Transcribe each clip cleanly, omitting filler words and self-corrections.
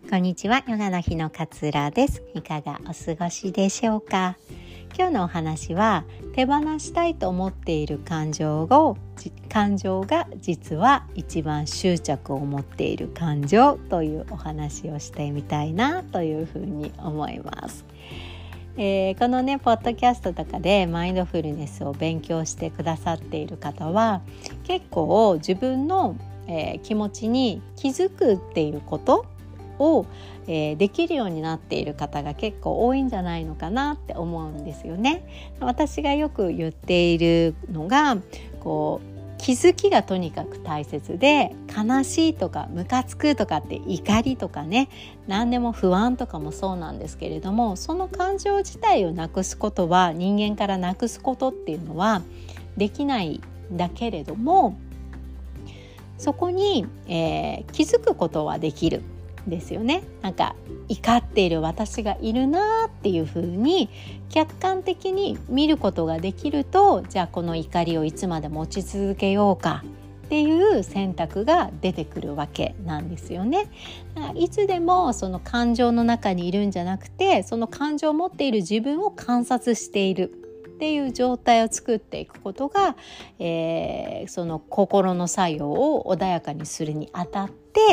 こんにちは、ヨガの日の勝浦です。いかがお過ごしでしょうか。今日のお話は、手放したいと思っている感情が実は一番執着を持っている感情というお話をしてみたいなというふうに思います。このねポッドキャストとかでマインドフルネスを勉強してくださっている方は結構自分の、気持ちに気づくっていうことを、できるようになっている方が結構多いんじゃないのかなって思うんですよね。私がよく言っているのが気づきがとにかく大切で、悲しいとかムカつくとかって怒りとかね、何でも不安とかもそうなんですけれども、その感情自体をなくすことは、人間からなくすことっていうのはできないんだけれども、そこに、気づくことはできるんですよね。なんか怒っている私がいるなっていう風に客観的に見ることができると、じゃあこの怒りをいつまで持ち続けようかっていう選択が出てくるわけなんですよね。いつでもその感情の中にいるんじゃなくて、その感情を持っている自分を観察しているっていう状態を作っていくことが、その心の作用を穏やかにするにあたって、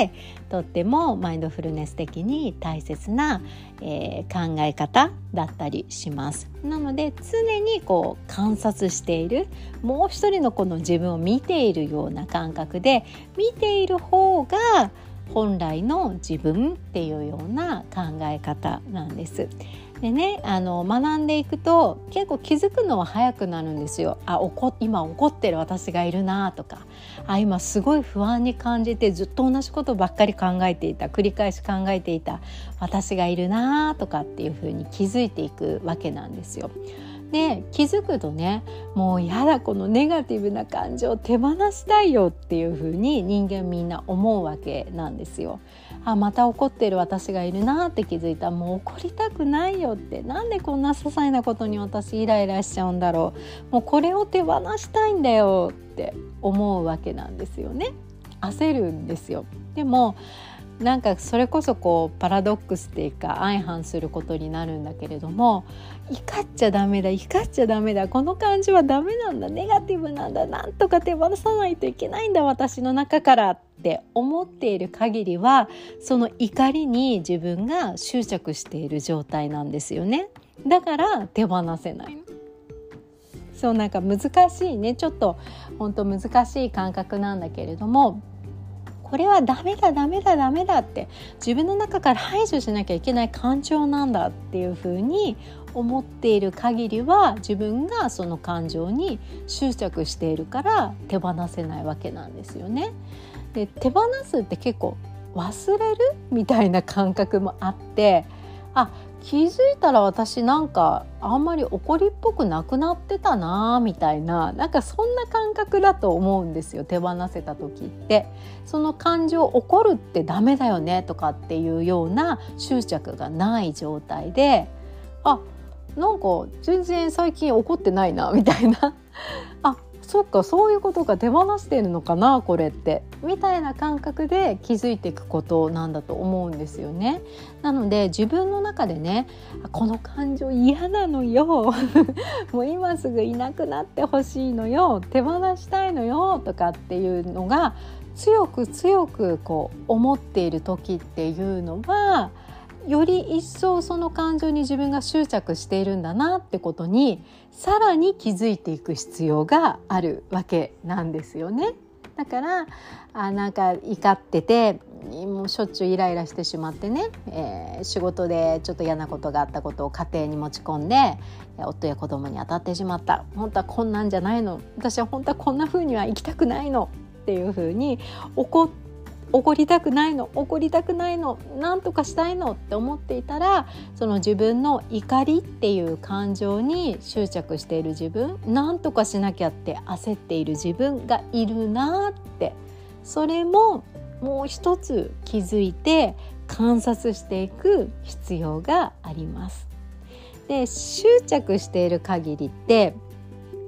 とってもマインドフルネス的に大切な、考え方だったりします。なので常に観察している、もう一人のこの自分を見ているような感覚で見ている方が本来の自分っていうような考え方なんです。でね、学んでいくと結構気づくのは早くなるんですよ。今怒ってる私がいるなとか、今すごい不安に感じてずっと同じことばっかり考えていた、繰り返し考えていた私がいるなとかっていう風に気づいていくわけなんですよ。で、気づくとね、もうやだ、このネガティブな感情を手放したいよっていう風に人間みんな思うわけなんですよ。また怒ってる私がいるなって気づいた。もう怒りたくないよって、なんでこんな些細なことに私イライラしちゃうんだろう、もうこれを手放したいんだよって思うわけなんですよね。焦るんですよ。でもなんかそれこそパラドックスっていうか相反することになるんだけれども、怒っちゃダメだ、この感じはダメなんだ、ネガティブなんだ、なんとか手放さないといけないんだ私の中からって思っている限りは、その怒りに自分が執着している状態なんですよね。だから手放せない。そう、なんか難しいね、ちょっと本当難しい感覚なんだけれども、これはダメだって自分の中から排除しなきゃいけない感情なんだっていうふうに思っている限りは、自分がその感情に執着しているから手放せないわけなんですよね。で、手放すって結構忘れるみたいな感覚もあって、気づいたら私なんかあんまり怒りっぽくなくなってたなみたいな、なんかそんな感覚だと思うんですよ。手放せた時って、その感情、怒るってダメだよねとかっていうような執着がない状態で、なんか全然最近怒ってないなみたいなそっか、そういうことが手放してるのかなこれってみたいな感覚で気づいていくことなんだと思うんですよね。なので自分の中でね、この感情嫌なのよもう今すぐいなくなってほしいのよ、手放したいのよとかっていうのが強く思っている時っていうのは、より一層その感情に自分が執着しているんだなってことにさらに気づいていく必要があるわけなんですよね。だからなんか怒ってて、もうしょっちゅうイライラしてしまってね、仕事でちょっと嫌なことがあったことを家庭に持ち込んで夫や子供に当たってしまった、本当はこんなんじゃないの、私は本当はこんな風には生きたくないのっていう風に怒りたくないの、なんとかしたいのって思っていたら、その自分の怒りっていう感情に執着している自分、なんとかしなきゃって焦っている自分がいるなって、それももう一つ気づいて観察していく必要があります。で、執着している限りって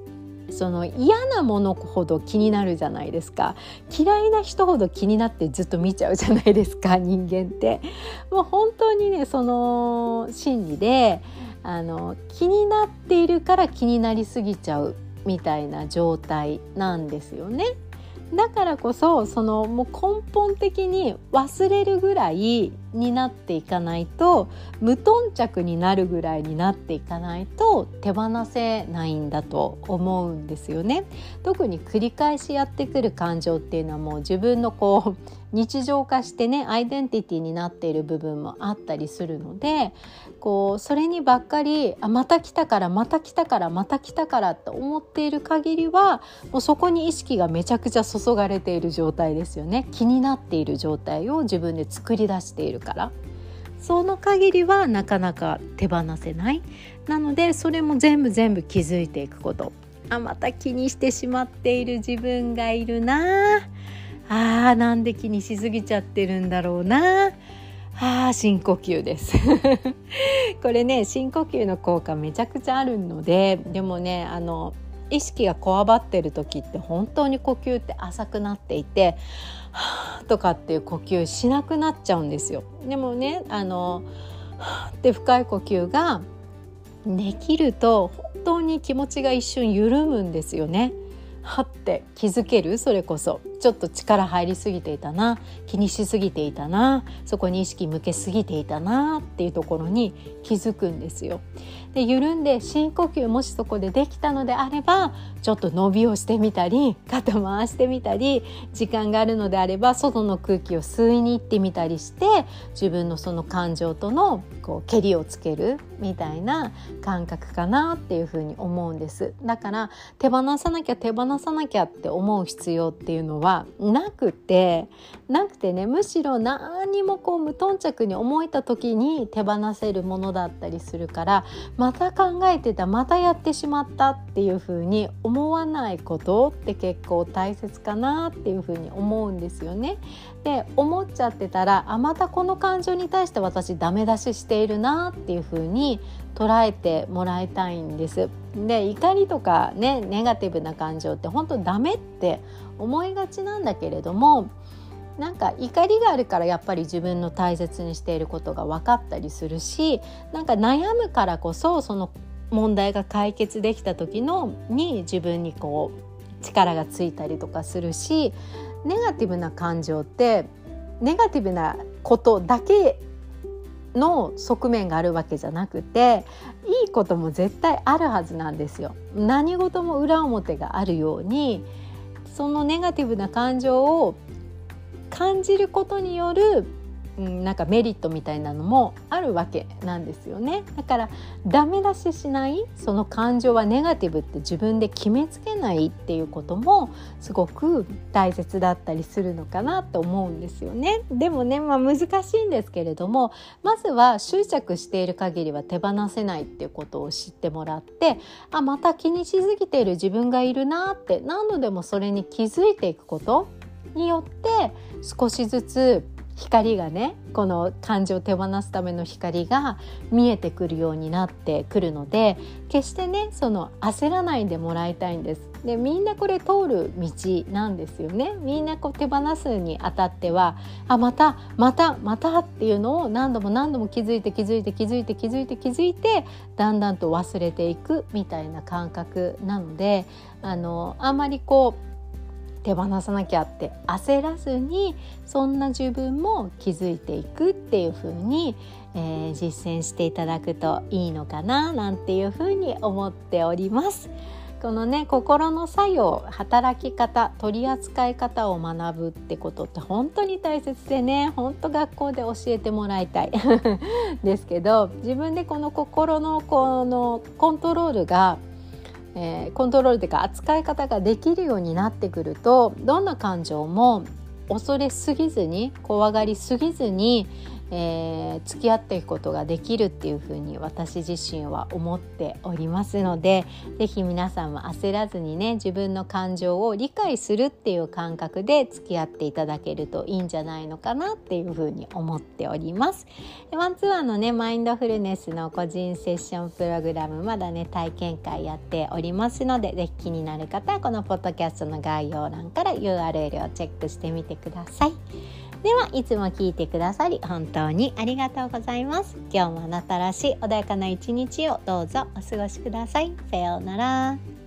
その嫌なものほど気になるじゃないですか。嫌いな人ほど気になってずっと見ちゃうじゃないですか、人間って。もう本当にね、その心理で気になっているから気になりすぎちゃうみたいな状態なんですよね。だからこそもう根本的に忘れるぐらいになっていかないと、無頓着になるぐらいになっていかないと手放せないんだと思うんですよね。特に繰り返しやってくる感情っていうのはもう自分の日常化してね、アイデンティティになっている部分もあったりするので、それにばっかりまた来たからまた来たからまた来たからって思っている限りは、もうそこに意識がめちゃくちゃ注がれている状態ですよね。気になっている状態を自分で作り出しているから、その限りはなかなか手放せない。なのでそれも全部気づいていくこと。また気にしてしまっている自分がいるな、なんで気にしすぎちゃってるんだろうな、深呼吸ですこれね、深呼吸の効果めちゃくちゃあるので、でもね、意識がこわばってる時って本当に呼吸って浅くなっていて、とかっていう呼吸しなくなっちゃうんですよ。でもね、って深い呼吸ができると本当に気持ちが一瞬緩むんですよね。はって気づける。それこそちょっと力入りすぎていたな、気にしすぎていたな、そこに意識向けすぎていたなっていうところに気づくんですよ。で、緩んで深呼吸もしそこでできたのであれば、ちょっと伸びをしてみたり、肩回してみたり、時間があるのであれば外の空気を吸いに行ってみたりして、自分のその感情とのケリをつけるみたいな感覚かなっていうふうに思うんです。だから手放さなきゃって思う必要っていうのはなくてね、むしろ何にも無頓着に思えた時に手放せるものだったりするから、また考えてた、またやってしまったっていう風に思わないことって結構大切かなっていう風に思うんですよね。で、思っちゃってたら、またこの感情に対して私ダメ出ししているなっていう風に捉えてもらいたいんです。で、怒りとかね、ネガティブな感情って本当ダメって思いがちなんだけれども、なんか怒りがあるからやっぱり自分の大切にしていることが分かったりするし、なんか悩むからこそその問題が解決できた時に自分に力がついたりとかするし、ネガティブな感情ってネガティブなことだけの側面があるわけじゃなくて、いいことも絶対あるはずなんですよ。何事も裏表があるように、そのネガティブな感情を感じることによるなんかメリットみたいなのもあるわけなんですよね。だからダメ出ししない、その感情はネガティブって自分で決めつけないっていうこともすごく大切だったりするのかなと思うんですよね。でもね、難しいんですけれども、まずは執着している限りは手放せないっていうことを知ってもらって、また気にしすぎている自分がいるなって何度でもそれに気づいていくことによって、少しずつ光がね、この感情を手放すための光が見えてくるようになってくるので、決してね、焦らないでもらいたいんです。で、みんなこれ通る道なんですよね。みんな手放すにあたっては、またっていうのを何度も気づいてだんだんと忘れていくみたいな感覚なので、あんまり手放さなきゃって焦らずに、そんな自分も気づいていくっていう風に、実践していただくといいのかななんていう風に思っております。このね、心の作用、働き方、取り扱い方を学ぶってことって本当に大切でね、本当学校で教えてもらいたいですけど、自分でこの心のコントロールというか扱い方ができるようになってくると、どんな感情も恐れすぎずに、怖がりすぎずに、 付き合っていくことができるっていうふうに私自身は思っておりますので、ぜひ皆さんも焦らずにね、自分の感情を理解するっていう感覚で付き合っていただけるといいんじゃないのかなっていうふうに思っております。ワンツーワンのねマインドフルネスの個人セッションプログラム、まだね体験会やっておりますので、ぜひ気になる方はこのポッドキャストの概要欄から URL をチェックしてみてください。ではいつも聞いてくださり本当にありがとうございます。今日もあなたらしい穏やかな一日をどうぞお過ごしください。さようなら。